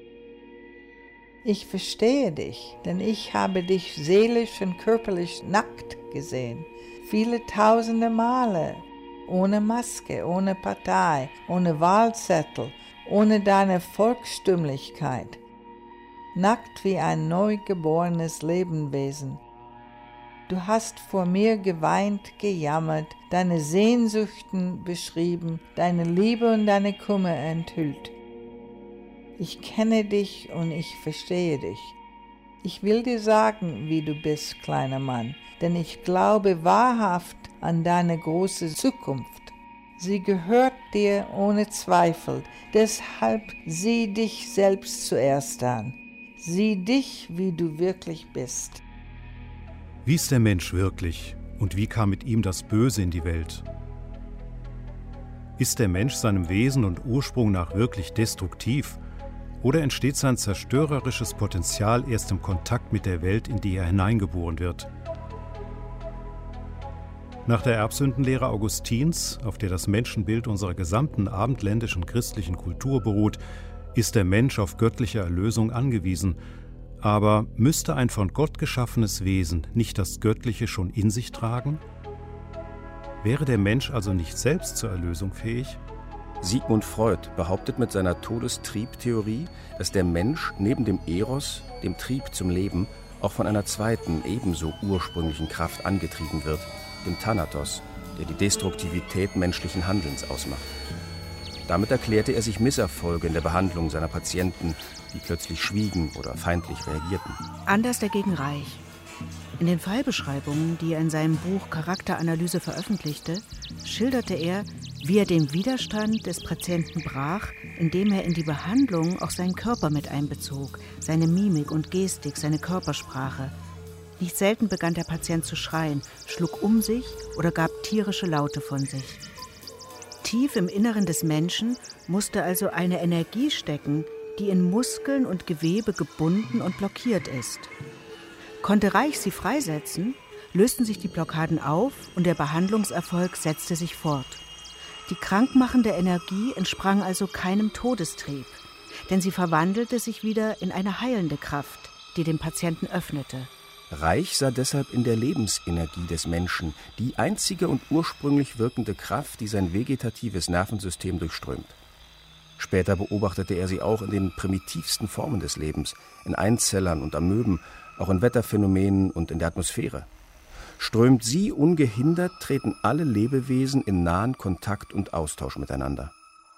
Ich verstehe dich, denn ich habe dich seelisch und körperlich nackt gesehen. Viele tausende Male. Ohne Maske, ohne Partei, ohne Wahlzettel, ohne deine Volksstümlichkeit. Nackt wie ein neugeborenes Lebewesen. Du hast vor mir geweint, gejammert, deine Sehnsüchten beschrieben, deine Liebe und deine Kummer enthüllt. Ich kenne dich und ich verstehe dich. Ich will dir sagen, wie du bist, kleiner Mann, denn ich glaube wahrhaft an deine große Zukunft. Sie gehört dir ohne Zweifel, deshalb sieh dich selbst zuerst an. Sieh dich, wie du wirklich bist. Wie ist der Mensch wirklich und wie kam mit ihm das Böse in die Welt? Ist der Mensch seinem Wesen und Ursprung nach wirklich destruktiv? Oder entsteht sein zerstörerisches Potenzial erst im Kontakt mit der Welt, in die er hineingeboren wird? Nach der Erbsündenlehre Augustins, auf der das Menschenbild unserer gesamten abendländischen christlichen Kultur beruht, ist der Mensch auf göttliche Erlösung angewiesen. Aber müsste ein von Gott geschaffenes Wesen nicht das Göttliche schon in sich tragen? Wäre der Mensch also nicht selbst zur Erlösung fähig? Sigmund Freud behauptet mit seiner Todestriebtheorie, dass der Mensch neben dem Eros, dem Trieb zum Leben, auch von einer zweiten, ebenso ursprünglichen Kraft angetrieben wird, dem Thanatos, der die Destruktivität menschlichen Handelns ausmacht. Damit erklärte er sich Misserfolge in der Behandlung seiner Patienten, die plötzlich schwiegen oder feindlich reagierten. Anders dagegen Reich. In den Fallbeschreibungen, die er in seinem Buch Charakteranalyse veröffentlichte, schilderte er, wie er den Widerstand des Patienten brach, indem er in die Behandlung auch seinen Körper mit einbezog, seine Mimik und Gestik, seine Körpersprache. Nicht selten begann der Patient zu schreien, schlug um sich oder gab tierische Laute von sich. Tief im Inneren des Menschen musste also eine Energie stecken, die in Muskeln und Gewebe gebunden und blockiert ist. Konnte Reich sie freisetzen, lösten sich die Blockaden auf und der Behandlungserfolg setzte sich fort. Die krankmachende Energie entsprang also keinem Todestrieb, denn sie verwandelte sich wieder in eine heilende Kraft, die den Patienten öffnete. Reich sah deshalb in der Lebensenergie des Menschen die einzige und ursprünglich wirkende Kraft, die sein vegetatives Nervensystem durchströmt. Später beobachtete er sie auch in den primitivsten Formen des Lebens, in Einzellern und Amöben, auch in Wetterphänomenen und in der Atmosphäre. Strömt sie ungehindert, treten alle Lebewesen in nahen Kontakt und Austausch miteinander.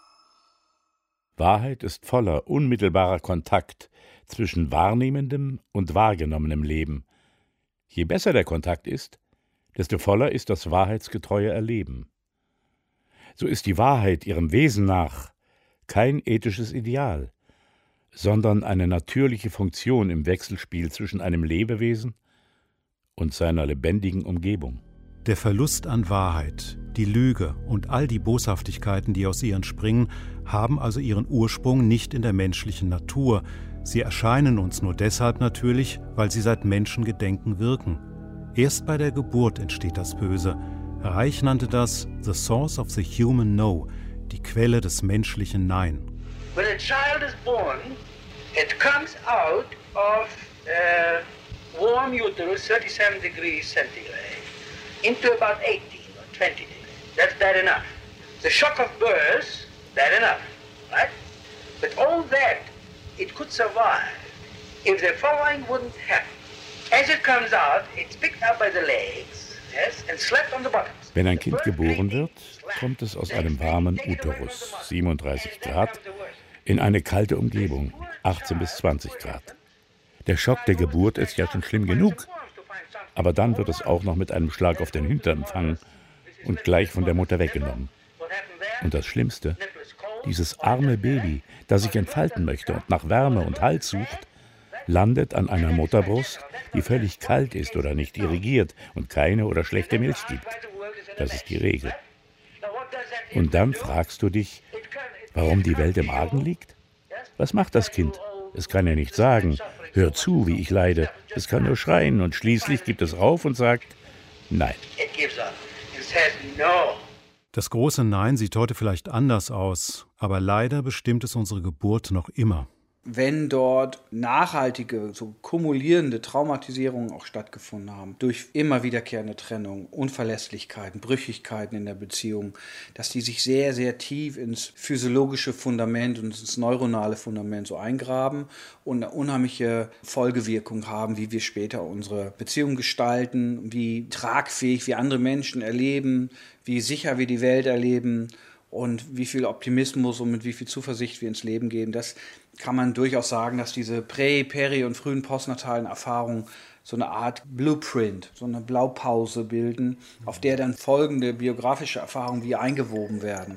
Wahrheit ist voller unmittelbarer Kontakt zwischen wahrnehmendem und wahrgenommenem Leben. Je besser der Kontakt ist, desto voller ist das wahrheitsgetreue Erleben. So ist die Wahrheit ihrem Wesen nach kein ethisches Ideal, sondern eine natürliche Funktion im Wechselspiel zwischen einem Lebewesen und seiner lebendigen Umgebung. Der Verlust an Wahrheit, die Lüge und all die Boshaftigkeiten, die aus ihr entspringen, haben also ihren Ursprung nicht in der menschlichen Natur. Sie erscheinen uns nur deshalb natürlich, weil sie seit Menschengedenken wirken. Erst bei der Geburt entsteht das Böse. Reich nannte das The Source of the Human No, die Quelle des menschlichen Nein. When a child is born, it comes out of a warm uterus, 37 degrees centigrade, into about 18 or 20 degrees. That's bad enough. The shock of birth, bad enough, right? But all that, it could survive if the following wouldn't happen. As it comes out, it's picked up by the legs, yes, and slapped on the bottoms. Wenn ein Kind geboren wird, kommt es aus einem warmen Uterus, 37 Grad, in eine kalte Umgebung, 18 bis 20 Grad. Der Schock der Geburt ist ja schon schlimm genug, aber dann wird es auch noch mit einem Schlag auf den Hintern empfangen und gleich von der Mutter weggenommen. Und das Schlimmste, dieses arme Baby, das sich entfalten möchte und nach Wärme und Halt sucht, landet an einer Mutterbrust, die völlig kalt ist oder nicht irrigiert und keine oder schlechte Milch gibt. Das ist die Regel. Und dann fragst du dich, warum die Welt im Argen liegt? Was macht das Kind? Es kann ja nicht sagen, hör zu, wie ich leide. Es kann nur schreien und schließlich gibt es auf und sagt, nein. Das große Nein sieht heute vielleicht anders aus, aber leider bestimmt es unsere Geburt noch immer. Wenn dort nachhaltige, so kumulierende Traumatisierungen auch stattgefunden haben, durch immer wiederkehrende Trennung, Unverlässlichkeiten, Brüchigkeiten in der Beziehung, dass die sich sehr, sehr tief ins physiologische Fundament und ins neuronale Fundament so eingraben und eine unheimliche Folgewirkung haben, wie wir später unsere Beziehung gestalten, wie tragfähig wir andere Menschen erleben, wie sicher wir die Welt erleben und wie viel Optimismus und mit wie viel Zuversicht wir ins Leben gehen. Das kann man durchaus sagen, dass diese prä-, peri- und frühen postnatalen Erfahrungen so eine Art Blueprint, so eine Blaupause bilden, auf der dann folgende biografische Erfahrungen wie eingewoben werden.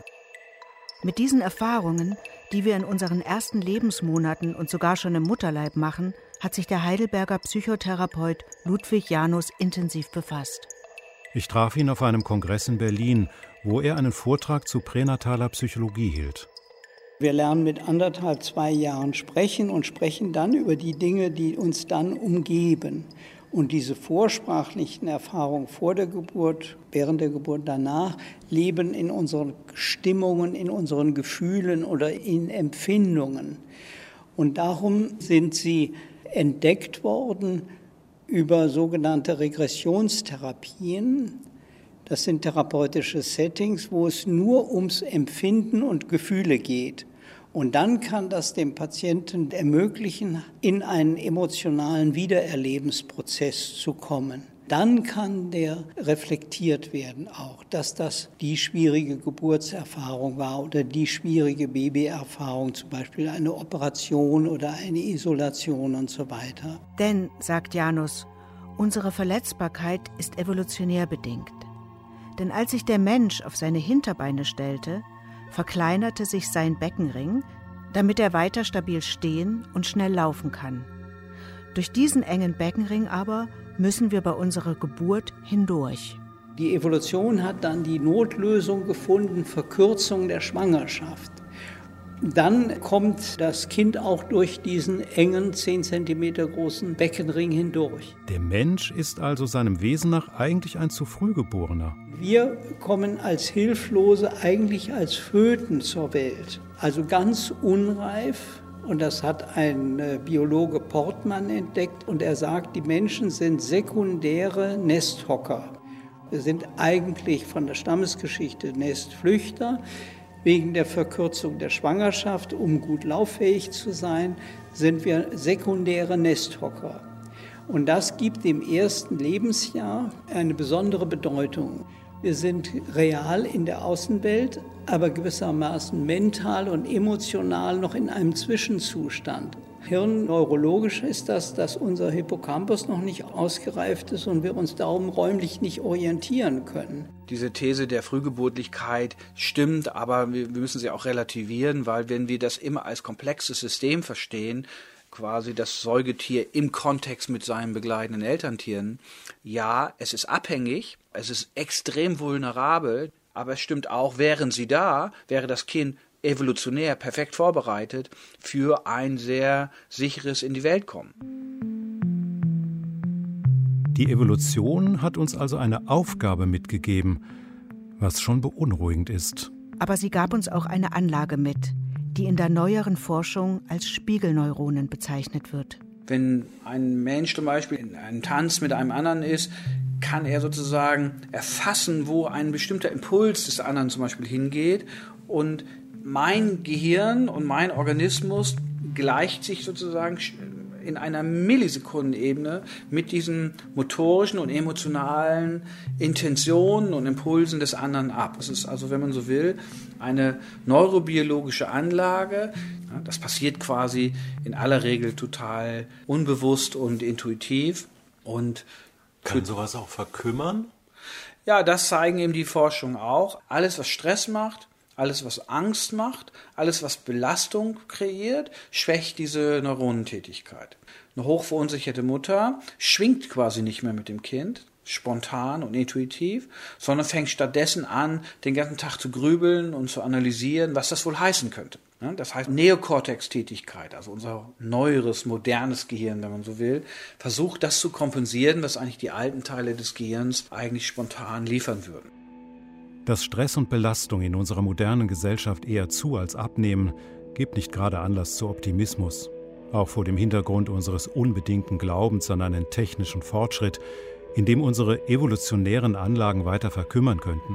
Mit diesen Erfahrungen, die wir in unseren ersten Lebensmonaten und sogar schon im Mutterleib machen, hat sich der Heidelberger Psychotherapeut Ludwig Janus intensiv befasst. Ich traf ihn auf einem Kongress in Berlin, wo er einen Vortrag zu pränataler Psychologie hielt. Wir lernen mit 1,5, 2 Jahren sprechen und sprechen dann über die Dinge, die uns dann umgeben. Und diese vorsprachlichen Erfahrungen vor der Geburt, während der Geburt, danach, leben in unseren Stimmungen, in unseren Gefühlen oder in Empfindungen. Und darum sind sie entdeckt worden über sogenannte Regressionstherapien. Das sind therapeutische Settings, wo es nur ums Empfinden und Gefühle geht. Und dann kann das dem Patienten ermöglichen, in einen emotionalen Wiedererlebensprozess zu kommen. Dann kann der reflektiert werden auch, dass das die schwierige Geburtserfahrung war oder die schwierige Babyerfahrung, zum Beispiel eine Operation oder eine Isolation und so weiter. Denn, sagt Janus, unsere Verletzbarkeit ist evolutionär bedingt. Denn als sich der Mensch auf seine Hinterbeine stellte, verkleinerte sich sein Beckenring, damit er weiter stabil stehen und schnell laufen kann. Durch diesen engen Beckenring aber müssen wir bei unserer Geburt hindurch. Die Evolution hat dann die Notlösung gefunden, Verkürzung der Schwangerschaft. Dann kommt das Kind auch durch diesen engen, 10 cm großen Beckenring hindurch. Der Mensch ist also seinem Wesen nach eigentlich ein zu früh Geborener. Wir kommen als Hilflose, eigentlich als Föten zur Welt. Also ganz unreif. Und das hat ein Biologe Portmann entdeckt. Und er sagt, die Menschen sind sekundäre Nesthocker. Wir sind eigentlich von der Stammesgeschichte Nestflüchter. Wegen der Verkürzung der Schwangerschaft, um gut lauffähig zu sein, sind wir sekundäre Nesthocker. Und das gibt dem ersten Lebensjahr eine besondere Bedeutung. Wir sind real in der Außenwelt, aber gewissermaßen mental und emotional noch in einem Zwischenzustand. Hirnneurologisch ist das, dass unser Hippocampus noch nicht ausgereift ist und wir uns darum räumlich nicht orientieren können. Diese These der Frühgeburtlichkeit stimmt, aber wir müssen sie auch relativieren, weil wenn wir das immer als komplexes System verstehen, quasi das Säugetier im Kontext mit seinen begleitenden Elterntieren, ja, es ist abhängig, es ist extrem vulnerabel, aber es stimmt auch, wären sie da, wäre das Kind evolutionär perfekt vorbereitet für ein sehr sicheres in die Welt kommen. Die Evolution hat uns also eine Aufgabe mitgegeben, was schon beunruhigend ist. Aber sie gab uns auch eine Anlage mit, die in der neueren Forschung als Spiegelneuronen bezeichnet wird. Wenn ein Mensch zum Beispiel in einem Tanz mit einem anderen ist, kann er sozusagen erfassen, wo ein bestimmter Impuls des anderen zum Beispiel hingeht, und mein Gehirn und mein Organismus gleicht sich sozusagen in einer Millisekundenebene mit diesen motorischen und emotionalen Intentionen und Impulsen des anderen ab. Es ist also, wenn man so will, eine neurobiologische Anlage. Ja, das passiert quasi in aller Regel total unbewusst und intuitiv. Und kann sowas auch verkümmern? Ja, das zeigen eben die Forschung auch. Alles, was Stress macht, alles, was Angst macht, alles, was Belastung kreiert, schwächt diese Neuronentätigkeit. Eine hochverunsicherte Mutter schwingt quasi nicht mehr mit dem Kind, spontan und intuitiv, sondern fängt stattdessen an, den ganzen Tag zu grübeln und zu analysieren, was das wohl heißen könnte. Das heißt, Neokortex-Tätigkeit, also unser neueres, modernes Gehirn, wenn man so will, versucht das zu kompensieren, was eigentlich die alten Teile des Gehirns eigentlich spontan liefern würden. Dass Stress und Belastung in unserer modernen Gesellschaft eher zu als abnehmen, gibt nicht gerade Anlass zu Optimismus. Auch vor dem Hintergrund unseres unbedingten Glaubens an einen technischen Fortschritt, in dem unsere evolutionären Anlagen weiter verkümmern könnten.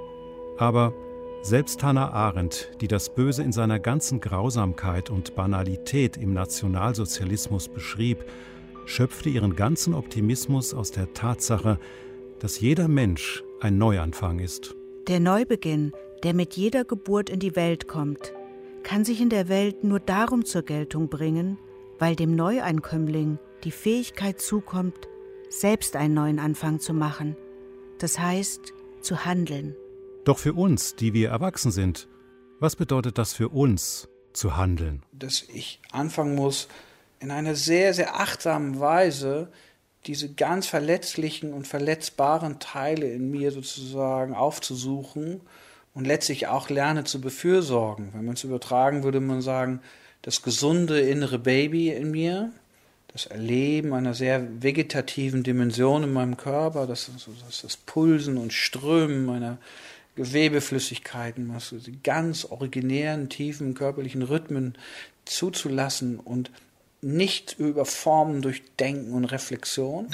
Aber selbst Hannah Arendt, die das Böse in seiner ganzen Grausamkeit und Banalität im Nationalsozialismus beschrieb, schöpfte ihren ganzen Optimismus aus der Tatsache, dass jeder Mensch ein Neuanfang ist. Der Neubeginn, der mit jeder Geburt in die Welt kommt, kann sich in der Welt nur darum zur Geltung bringen, weil dem Neueinkömmling die Fähigkeit zukommt, selbst einen neuen Anfang zu machen. Das heißt, zu handeln. Doch für uns, die wir erwachsen sind, was bedeutet das für uns, zu handeln? Dass ich anfangen muss, in einer sehr, sehr achtsamen Weise diese ganz verletzlichen und verletzbaren Teile in mir sozusagen aufzusuchen und letztlich auch lerne zu befürsorgen. Wenn man es übertragen, würde man sagen, das gesunde innere Baby in mir, das Erleben einer sehr vegetativen Dimension in meinem Körper, das Pulsen und Strömen meiner Gewebeflüssigkeiten, die ganz originären, tiefen körperlichen Rhythmen zuzulassen und nicht überformen durch Denken und Reflexion.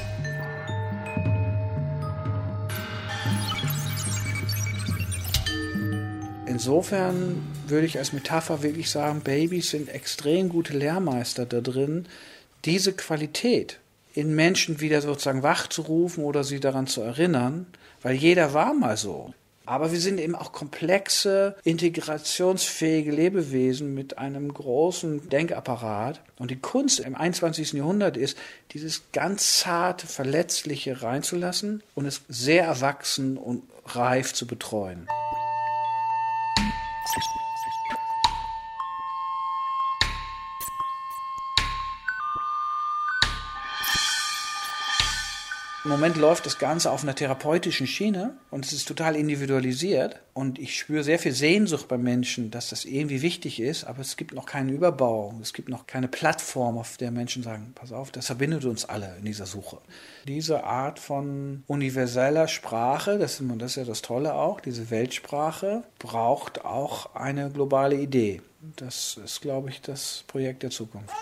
Insofern würde ich als Metapher wirklich sagen, Babys sind extrem gute Lehrmeister da drin, diese Qualität in Menschen wieder sozusagen wachzurufen oder sie daran zu erinnern, weil jeder war mal so. Aber wir sind eben auch komplexe, integrationsfähige Lebewesen mit einem großen Denkapparat. Und die Kunst im 21. Jahrhundert ist, dieses ganz zarte, verletzliche reinzulassen und es sehr erwachsen und reif zu betreuen. Im Moment läuft das Ganze auf einer therapeutischen Schiene und es ist total individualisiert und ich spüre sehr viel Sehnsucht bei Menschen, dass das irgendwie wichtig ist, aber es gibt noch keinen Überbau, es gibt noch keine Plattform, auf der Menschen sagen, pass auf, das verbindet uns alle in dieser Suche. Diese Art von universeller Sprache, das ist ja das Tolle auch, diese Weltsprache, braucht auch eine globale Idee. Das ist, glaube ich, das Projekt der Zukunft.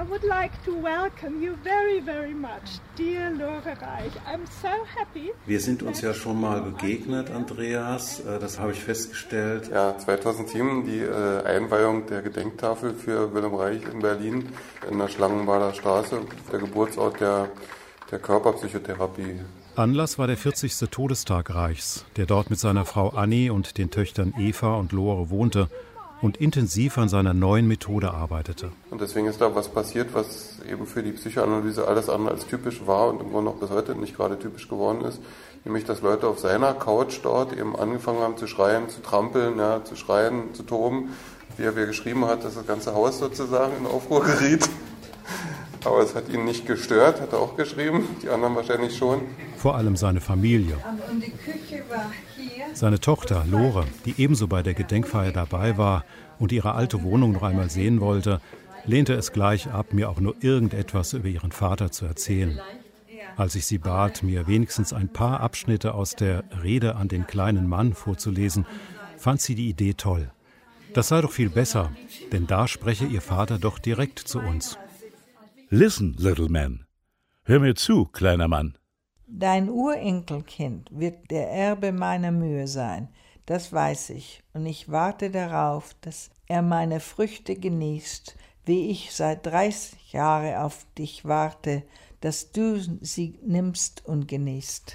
I would like to welcome you very, very much, dear Lore Reich. I'm so happy. Wir sind uns ja schon mal begegnet, Andreas, das habe ich festgestellt. Ja, 2007 die Einweihung der Gedenktafel für Wilhelm Reich in Berlin in der Schlangenbader Straße, der Geburtsort der Körperpsychotherapie. Anlass war der 40. Todestag Reichs, der dort mit seiner Frau Annie und den Töchtern Eva und Lore wohnte und intensiv an seiner neuen Methode arbeitete. Und deswegen ist da was passiert, was eben für die Psychoanalyse alles andere als typisch war und im Grunde noch bis heute nicht gerade typisch geworden ist. Nämlich, dass Leute auf seiner Couch dort eben angefangen haben zu schreien, zu trampeln, ja, zu schreien, zu toben. Wie er geschrieben hat, dass das ganze Haus sozusagen in Aufruhr geriet. Aber es hat ihn nicht gestört, hat er auch geschrieben, die anderen wahrscheinlich schon. Vor allem seine Familie. Und die Küche war hier. Seine Tochter Lore, die ebenso bei der Gedenkfeier dabei war und ihre alte Wohnung noch einmal sehen wollte, lehnte es gleich ab, mir auch nur irgendetwas über ihren Vater zu erzählen. Als ich sie bat, mir wenigstens ein paar Abschnitte aus der Rede an den kleinen Mann vorzulesen, fand sie die Idee toll. Das sei doch viel besser, denn da spreche ihr Vater doch direkt zu uns. Listen, little man. Hör mir zu, kleiner Mann. Dein Urenkelkind wird der Erbe meiner Mühe sein, das weiß ich, und ich warte darauf, dass er meine Früchte genießt, wie ich seit 30 Jahren auf dich warte, dass du sie nimmst und genießt.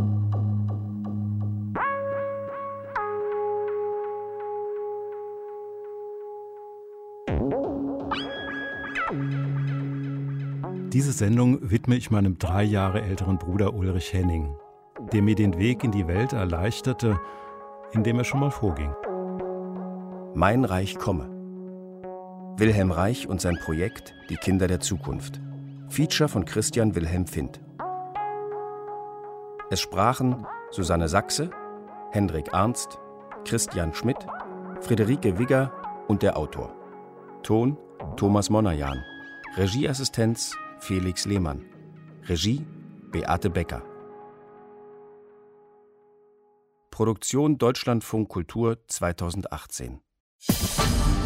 Diese Sendung widme ich meinem 3 Jahre älteren Bruder Ulrich Henning, der mir den Weg in die Welt erleichterte, indem er schon mal vorging. Mein Reich komme. Wilhelm Reich und sein Projekt Die Kinder der Zukunft. Feature von Christian Wilhelm Findt. Es sprachen Susanne Sachse, Hendrik Arnst, Christian Schmidt, Friederike Wigger und der Autor. Ton Thomas Monajan. Regieassistenz Felix Lehmann. Regie Beate Becker. Produktion Deutschlandfunk Kultur 2018.